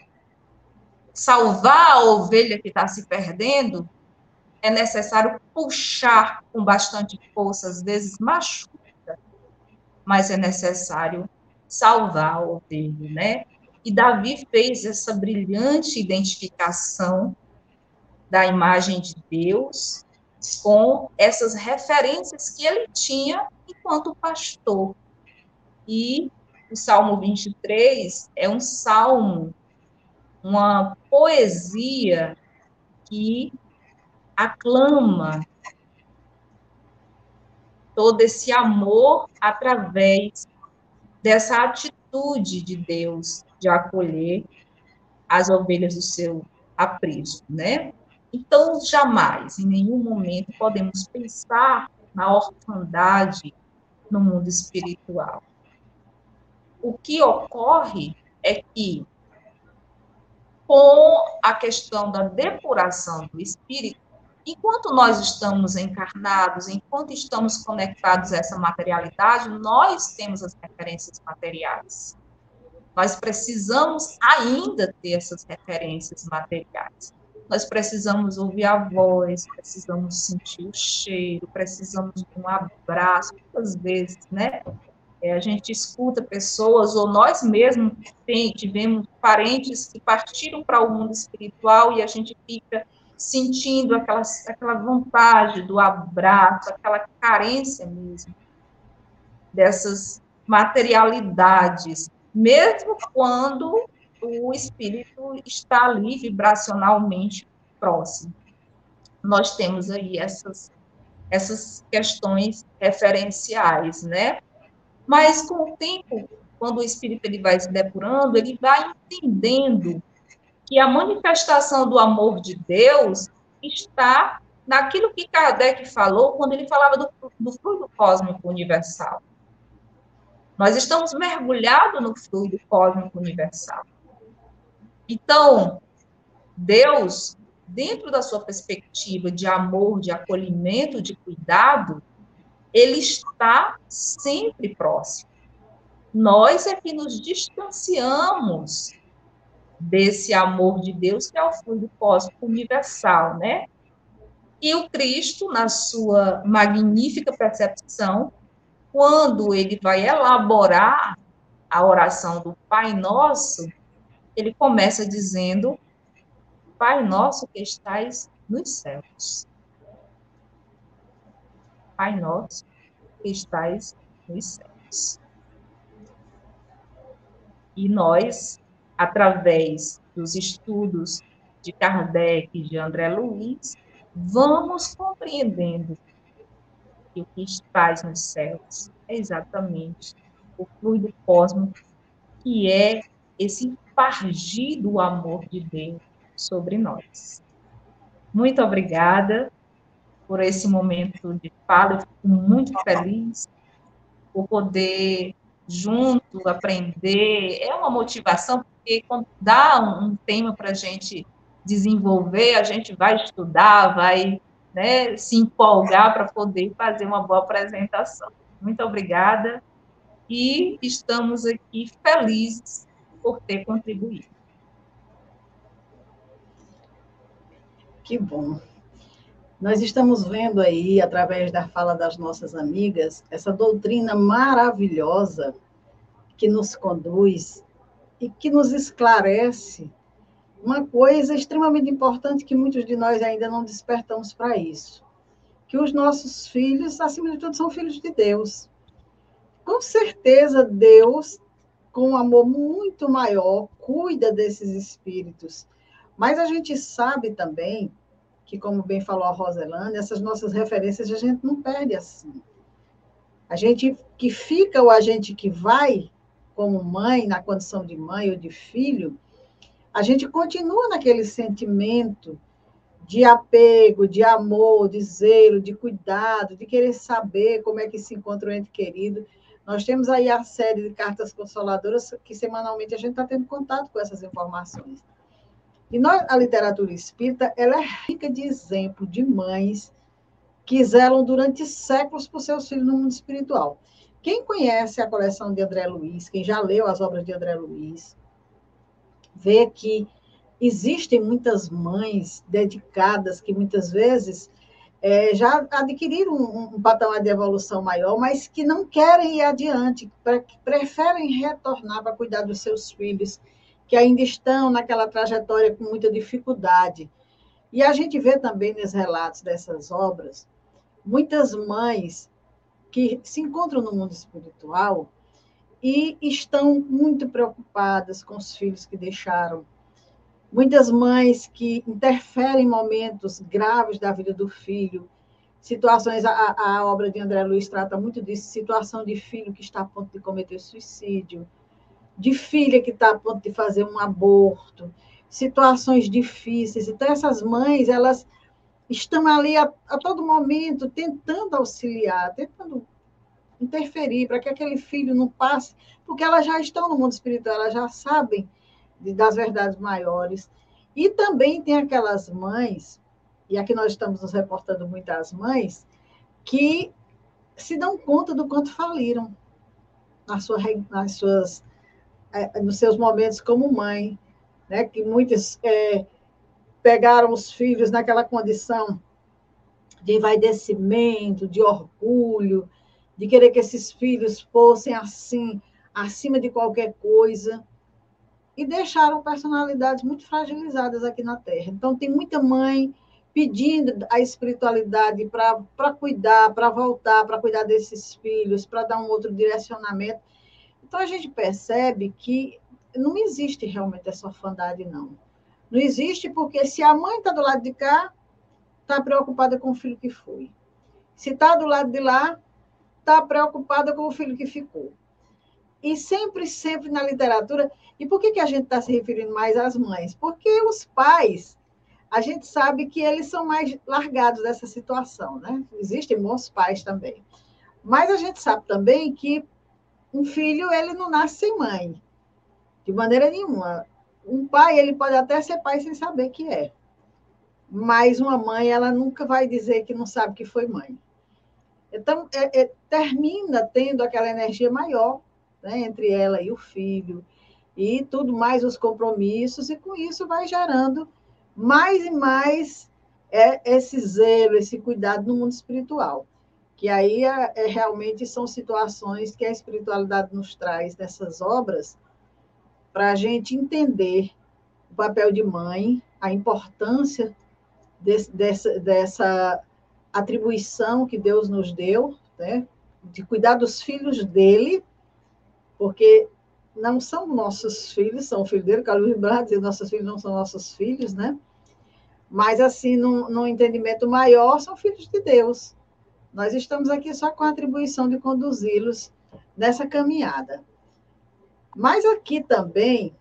salvar a ovelha que está se perdendo, é necessário puxar com bastante força, às vezes machuca, mas é necessário salvar a ovelha, né? E Davi fez essa brilhante identificação da imagem de Deus com essas referências que ele tinha enquanto pastor. E o Salmo 23 é um salmo, uma poesia que aclama todo esse amor através dessa atitude de Deus de acolher as ovelhas do seu aprisco, né? Então, jamais, em nenhum momento, podemos pensar na orfandade no mundo espiritual. O que ocorre é que, com a questão da depuração do espírito, enquanto nós estamos encarnados, enquanto estamos conectados a essa materialidade, nós temos as referências materiais. Nós precisamos ainda ter essas referências materiais. Nós precisamos ouvir a voz, precisamos sentir o cheiro, precisamos de um abraço, muitas vezes, né? A gente escuta pessoas, ou nós mesmos tivemos parentes que partiram para o mundo espiritual e a gente fica sentindo aquela vontade do abraço, aquela carência mesmo dessas materialidades, mesmo quando o espírito está ali vibracionalmente próximo. Nós temos aí essas questões referenciais, né? Mas com o tempo, quando o espírito ele vai se depurando, ele vai entendendo que a manifestação do amor de Deus está naquilo que Kardec falou quando ele falava do fluido cósmico universal. Nós estamos mergulhados no fluido cósmico universal. Então, Deus, dentro da sua perspectiva de amor, de acolhimento, de cuidado, ele está sempre próximo. Nós é que nos distanciamos desse amor de Deus, que é o fluido cósmico universal, né? E o Cristo, na sua magnífica percepção, quando ele vai elaborar a oração do Pai Nosso, ele começa dizendo: Pai Nosso que estais nos céus. Pai Nosso que estais nos céus. Deus. E nós, através dos estudos de Kardec e de André Luiz, vamos compreendendo que o que traz nos céus é exatamente o fluido cósmico, que é esse impargir do amor de Deus sobre nós. Muito obrigada por esse momento de fala, eu fico muito feliz por poder junto aprender, é uma motivação, porque quando dá um tema para a gente desenvolver, a gente vai estudar, vai, né, se empolgar para poder fazer uma boa apresentação. Muito obrigada e estamos aqui felizes por ter contribuído. Que bom. Nós estamos vendo aí, através da fala das nossas amigas, essa doutrina maravilhosa que nos conduz e que nos esclarece uma coisa extremamente importante que muitos de nós ainda não despertamos para isso, que os nossos filhos, acima de tudo, são filhos de Deus. Com certeza, Deus, com um amor muito maior, cuida desses espíritos. Mas a gente sabe também que, como bem falou a Roselane, essas nossas referências a gente não perde assim. A gente que fica ou a gente que vai, como mãe, na condição de mãe ou de filho, a gente continua naquele sentimento de apego, de amor, de zelo, de cuidado, de querer saber como é que se encontra o ente querido. Nós temos aí a série de cartas consoladoras que semanalmente a gente está tendo contato com essas informações. E a literatura espírita, ela é rica de exemplos de mães que zelam durante séculos por seus filhos no mundo espiritual. Quem conhece a coleção de André Luiz, quem já leu as obras de André Luiz, vê que existem muitas mães dedicadas que muitas vezes já adquiriram um patamar de evolução maior, mas que não querem ir adiante, que preferem retornar para cuidar dos seus filhos, que ainda estão naquela trajetória com muita dificuldade. E a gente vê também nos relatos dessas obras, muitas mães que se encontram no mundo espiritual e estão muito preocupadas com os filhos que deixaram. Muitas mães que interferem em momentos graves da vida do filho, situações, a obra de André Luiz trata muito disso, situação de filho que está a ponto de cometer suicídio, de filha que está a ponto de fazer um aborto, situações difíceis. Então, essas mães, elas estão ali a todo momento tentando auxiliar, tentando interferir para que aquele filho não passe, porque elas já estão no mundo espiritual, elas já sabem das verdades maiores. E também tem aquelas mães, e aqui nós estamos nos reportando muitas mães, que se dão conta do quanto faliram nos seus momentos como mãe, né? Que muitas pegaram os filhos naquela condição de envaidecimento, de orgulho, de querer que esses filhos fossem assim, acima de qualquer coisa, e deixaram personalidades muito fragilizadas aqui na Terra. Então, tem muita mãe pedindo a espiritualidade para cuidar, para voltar, para cuidar desses filhos, para dar um outro direcionamento. Então, a gente percebe que não existe realmente essa orfandade, não. Não existe porque se a mãe está do lado de cá, está preocupada com o filho que foi. Se está do lado de lá, está preocupada com o filho que ficou. E sempre, sempre na literatura... E por que a gente está se referindo mais às mães? Porque os pais, a gente sabe que eles são mais largados dessa situação, né? Existem bons pais também. Mas a gente sabe também que um filho, ele não nasce sem mãe, de maneira nenhuma. Um pai, ele pode até ser pai sem saber que é. Mas uma mãe, ela nunca vai dizer que não sabe que foi mãe. Então, termina tendo aquela energia maior, né, entre ela e o filho, e tudo mais os compromissos, e com isso vai gerando mais e mais esse zelo, esse cuidado no mundo espiritual. Que aí realmente são situações que a espiritualidade nos traz nessas obras para a gente entender o papel de mãe, a importância dessa atribuição que Deus nos deu, né, de cuidar dos filhos dele, porque não são nossos filhos, são filhos dele, Carlos Branco diz, nossos filhos não são nossos filhos, né? Mas, assim, num entendimento maior, são filhos de Deus. Nós estamos aqui só com a atribuição de conduzi-los nessa caminhada. Mas aqui também,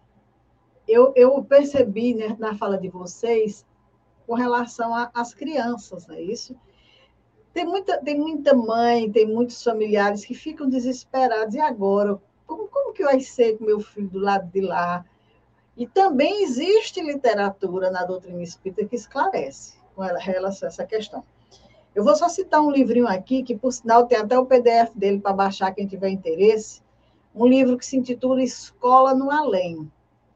eu percebi, né, na fala de vocês, com relação às crianças, não é isso? Tem muita mãe, tem muitos familiares que ficam desesperados. E agora? Como que vai ser com meu filho do lado de lá? E também existe literatura na doutrina espírita que esclarece com relação a essa questão. Eu vou só citar um livrinho aqui, que, por sinal, tem até o PDF dele para baixar, quem tiver interesse. Um livro que se intitula Escola no Além.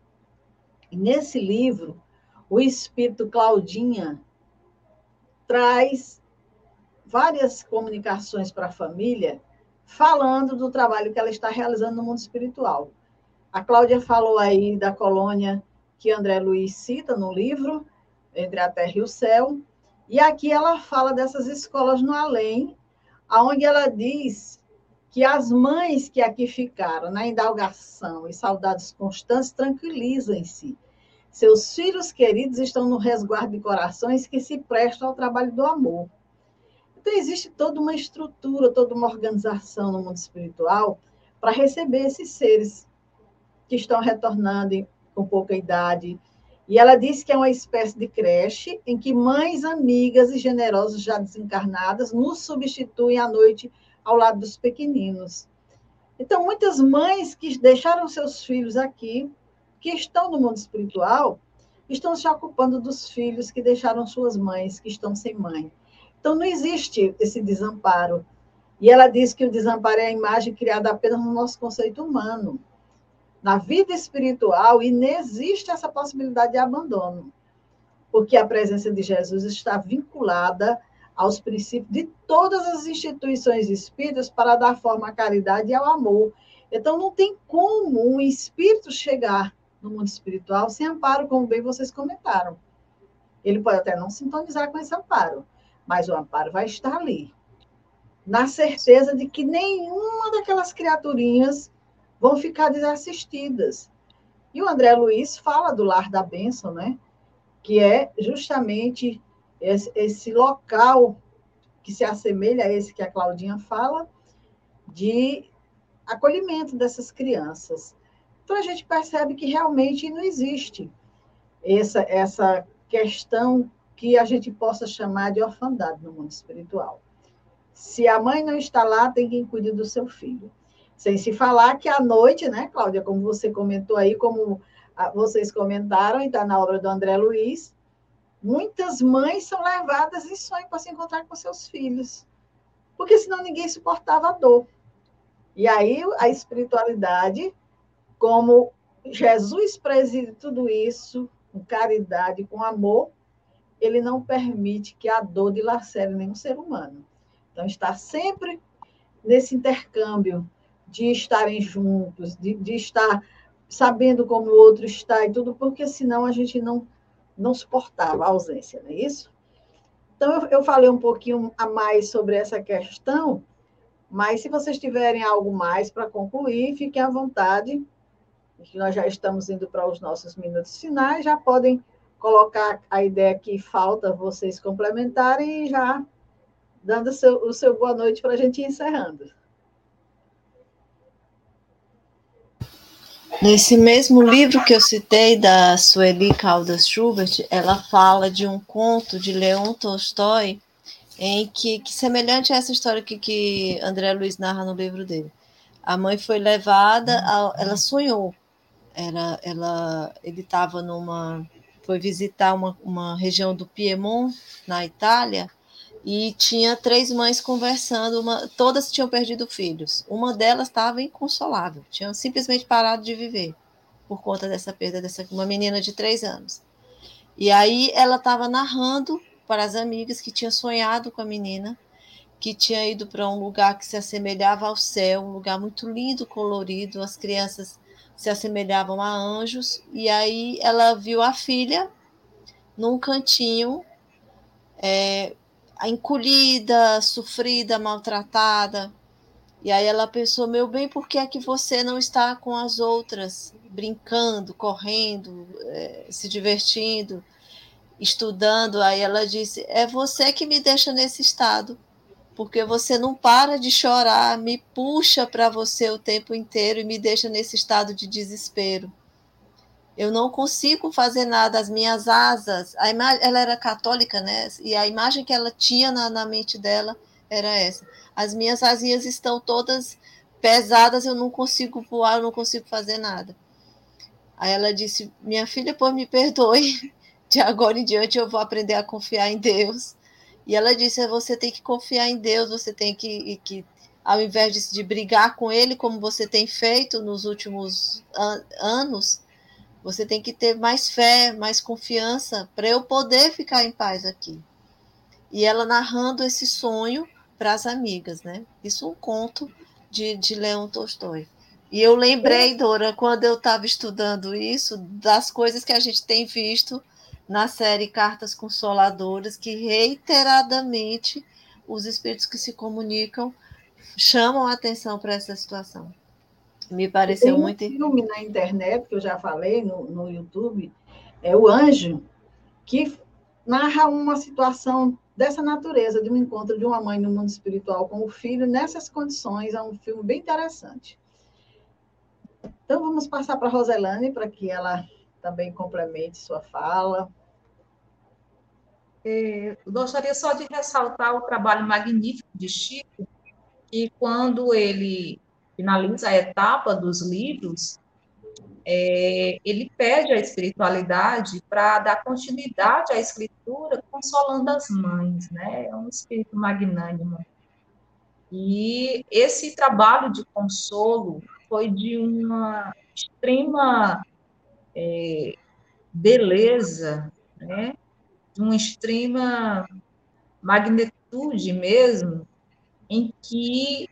E nesse livro, o espírito Claudinha traz várias comunicações para a família, falando do trabalho que ela está realizando no mundo espiritual. A Cláudia falou aí da colônia que André Luiz cita no livro, Entre a Terra e o Céu, e aqui ela fala dessas escolas no além, onde ela diz que as mães que aqui ficaram na indagação e saudades constantes tranquilizem-se. Seus filhos queridos estão no resguardo de corações que se prestam ao trabalho do amor. Então, existe toda uma estrutura, toda uma organização no mundo espiritual para receber esses seres que estão retornando com pouca idade. E ela diz que é uma espécie de creche em que mães amigas e generosas já desencarnadas nos substituem à noite ao lado dos pequeninos. Então, muitas mães que deixaram seus filhos aqui, que estão no mundo espiritual, estão se ocupando dos filhos que deixaram suas mães, que estão sem mãe. Então, não existe esse desamparo. E ela diz que o desamparo é a imagem criada apenas no nosso conceito humano. Na vida espiritual, e não existe essa possibilidade de abandono, porque a presença de Jesus está vinculada aos princípios de todas as instituições espíritas para dar forma à caridade e ao amor. Então, não tem como um espírito chegar no mundo espiritual sem amparo, como bem vocês comentaram. Ele pode até não sintonizar com esse amparo, mas o amparo vai estar ali, na certeza de que nenhuma daquelas criaturinhas vão ficar desassistidas. E o André Luiz fala do lar da bênção, né? Que é justamente esse local que se assemelha a esse que a Claudinha fala, de acolhimento dessas crianças. Então, a gente percebe que realmente não existe essa questão que a gente possa chamar de orfandade no mundo espiritual. Se a mãe não está lá, tem quem cuide do seu filho. Sem se falar que à noite, né, Cláudia, como você comentou aí, como vocês comentaram, e está na obra do André Luiz, muitas mães são levadas em sonho para se encontrar com seus filhos, porque senão ninguém suportava a dor. E aí a espiritualidade, como Jesus preside tudo isso, com caridade, com amor, ele não permite que a dor dilacere nenhum ser humano. Então, está sempre nesse intercâmbio de estarem juntos, de estar sabendo como o outro está e tudo, porque senão a gente não suportava a ausência, não é isso? Então, eu falei um pouquinho a mais sobre essa questão, mas se vocês tiverem algo mais para concluir, fiquem à vontade. Nós já estamos indo para os nossos minutos finais, já podem colocar a ideia que falta vocês complementarem e já dando o seu boa noite para a gente ir encerrando. Nesse mesmo livro que eu citei, da Sueli Caldas Schubert, ela fala de um conto de Leon Tolstói, em que semelhante a essa história que André Luiz narra no livro dele. A mãe foi levada, ela sonhou, ele estava foi visitar uma região do Piemont, na Itália, e tinha 3 mães conversando, todas tinham perdido filhos. Uma delas estava inconsolável, tinha simplesmente parado de viver por conta dessa perda uma menina de 3 anos. E aí ela estava narrando para as amigas que tinha sonhado com a menina, que tinha ido para um lugar que se assemelhava ao céu, um lugar muito lindo, colorido, as crianças se assemelhavam a anjos, e aí ela viu a filha num cantinho, encolhida, sofrida, maltratada, E aí ela pensou, meu bem, por que é que você não está com as outras, brincando, correndo, se divertindo, estudando? Aí ela disse, é você que me deixa nesse estado, porque você não para de chorar, me puxa para você o tempo inteiro e me deixa nesse estado de desespero. Eu não consigo fazer nada, as minhas asas, ela era católica, né? E a imagem que ela tinha na mente dela era essa. As minhas asinhas estão todas pesadas, eu não consigo voar, eu não consigo fazer nada. Aí ela disse, minha filha, por me perdoe, de agora em diante eu vou aprender a confiar em Deus. E ela disse, você tem que confiar em Deus, você tem que ao invés de brigar com ele, como você tem feito nos últimos anos, você tem que ter mais fé, mais confiança para eu poder ficar em paz aqui. E ela narrando esse sonho para as amigas, né? Isso é um conto de Leão Tolstói. E eu lembrei, Dora, quando eu estava estudando isso, das coisas que a gente tem visto na série Cartas Consoladoras, que reiteradamente os espíritos que se comunicam chamam a atenção para essa situação. Me pareceu Tem um muito... filme na internet, que eu já falei, no YouTube, é O Anjo, que narra uma situação dessa natureza, de um encontro de uma mãe no mundo espiritual com o filho, nessas condições. É um filme bem interessante. Então, vamos passar para a Roselane, para que ela também complemente sua fala. Eu gostaria só de ressaltar o trabalho magnífico de Chico, que quando ele finaliza a etapa dos livros, ele pede à espiritualidade para dar continuidade à escritura, consolando as mães, né? É um espírito magnânimo. E esse trabalho de consolo foi de uma extrema beleza, né? De uma extrema magnitude mesmo, em que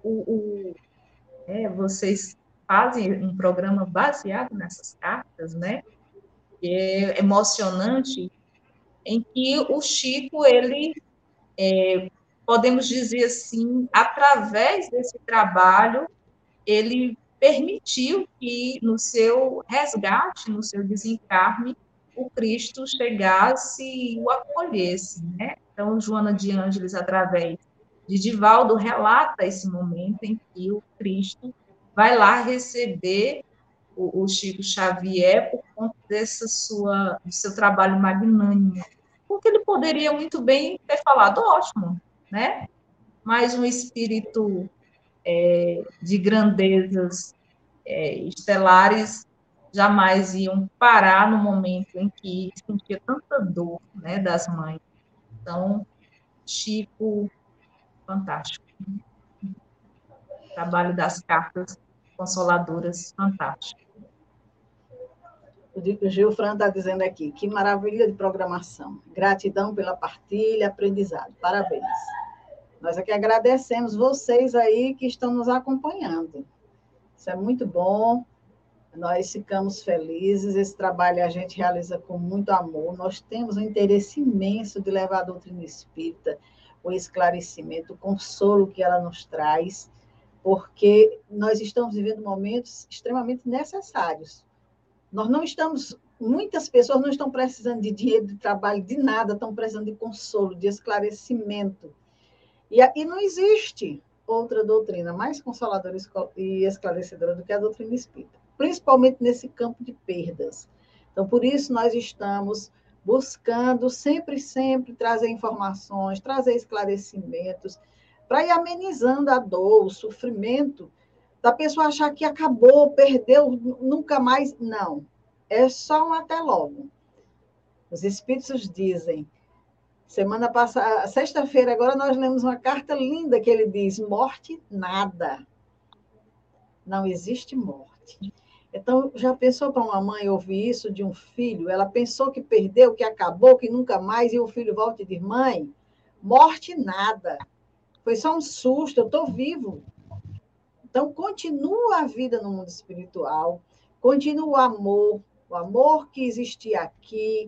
vocês fazem um programa baseado nessas cartas, né? Que é emocionante, em que o Chico, ele, podemos dizer assim, através desse trabalho, ele permitiu que no seu resgate, no seu desencarne, o Cristo chegasse e o acolhesse, né? Então, Joana de Ângeles, através de Divaldo, relata esse momento em que o Cristo vai lá receber o Chico Xavier por conta do seu trabalho magnânimo, porque ele poderia muito bem ter falado, ótimo, né? Mais um espírito de grandezas estelares jamais iam parar no momento em que sentia tanta dor, né, das mães. Então, Chico, fantástico. O trabalho das cartas consoladoras, fantástico. O Gilfran está dizendo aqui, que maravilha de programação. Gratidão pela partilha, aprendizado. Parabéns. Nós aqui agradecemos vocês aí que estão nos acompanhando. Isso é muito bom. Nós ficamos felizes. Esse trabalho a gente realiza com muito amor. Nós temos um interesse imenso de levar a doutrina espírita, o esclarecimento, o consolo que ela nos traz, porque nós estamos vivendo momentos extremamente necessários. Nós não estamos, muitas pessoas não estão precisando de dinheiro, de trabalho, de nada, estão precisando de consolo, de esclarecimento. E não existe outra doutrina mais consoladora e esclarecedora do que a doutrina espírita, principalmente nesse campo de perdas. Então, por isso, nós estamos buscando sempre trazer informações, trazer esclarecimentos, para ir amenizando a dor, o sofrimento, da pessoa achar que acabou, perdeu, nunca mais. Não, é só um até logo. Os espíritos dizem, semana passada, sexta-feira, agora nós lemos uma carta linda que ele diz, morte nada. Não existe morte. Então, já pensou para uma mãe ouvir isso de um filho? Ela pensou que perdeu, que acabou, que nunca mais, e o filho volta e diz, mãe, morte nada. Foi só um susto, eu estou vivo. Então, continua a vida no mundo espiritual, continua o amor que existia aqui,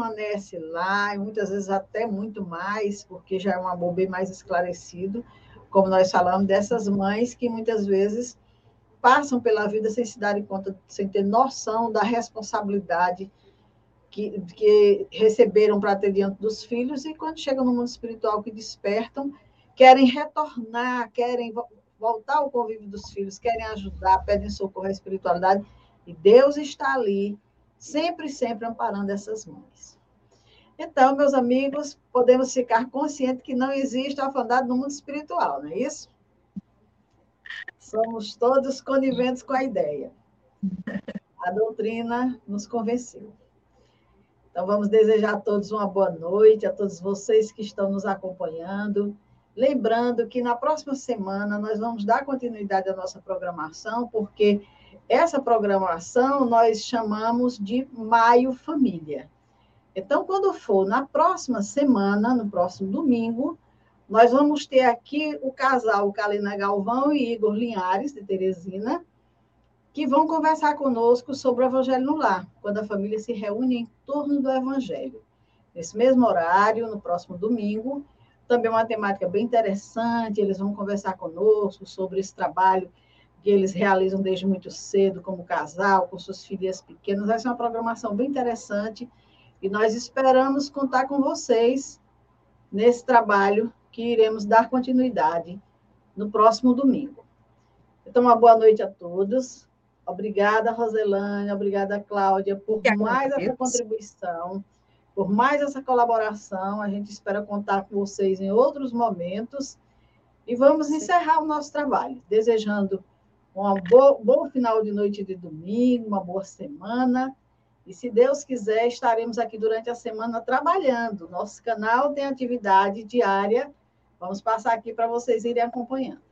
permanece lá, e muitas vezes até muito mais, porque já é um amor bem mais esclarecido, como nós falamos, dessas mães que muitas vezes passam pela vida sem se darem conta, sem ter noção da responsabilidade que receberam para ter diante dos filhos, e quando chegam no mundo espiritual, que despertam, querem retornar, querem voltar ao convívio dos filhos, querem ajudar, pedem socorro à espiritualidade, e Deus está ali, sempre, sempre amparando essas mães. Então, meus amigos, podemos ficar conscientes que não existe orfandade no mundo espiritual, não é isso? Somos todos coniventes com a ideia. A doutrina nos convenceu. Então, vamos desejar a todos uma boa noite, a todos vocês que estão nos acompanhando. Lembrando que na próxima semana nós vamos dar continuidade à nossa programação, porque essa programação nós chamamos de Maio Família. Então, quando for na próxima semana, no próximo domingo, nós vamos ter aqui o casal Kalina Galvão e Igor Linhares, de Teresina, que vão conversar conosco sobre o Evangelho no Lar, quando a família se reúne em torno do Evangelho. Nesse mesmo horário, no próximo domingo, também uma temática bem interessante, eles vão conversar conosco sobre esse trabalho que eles realizam desde muito cedo, como casal, com suas filhas pequenas. Vai ser uma programação bem interessante, e nós esperamos contar com vocês nesse trabalho que iremos dar continuidade no próximo domingo. Então, uma boa noite a todos. Obrigada, Roselane, obrigada, Cláudia, por mais essa contribuição, por mais essa colaboração. A gente espera contar com vocês em outros momentos. E vamos encerrar o nosso trabalho, desejando um bom final de noite de domingo, uma boa semana. E, se Deus quiser, estaremos aqui durante a semana trabalhando. Nosso canal tem atividade diária. Vamos passar aqui para vocês irem acompanhando.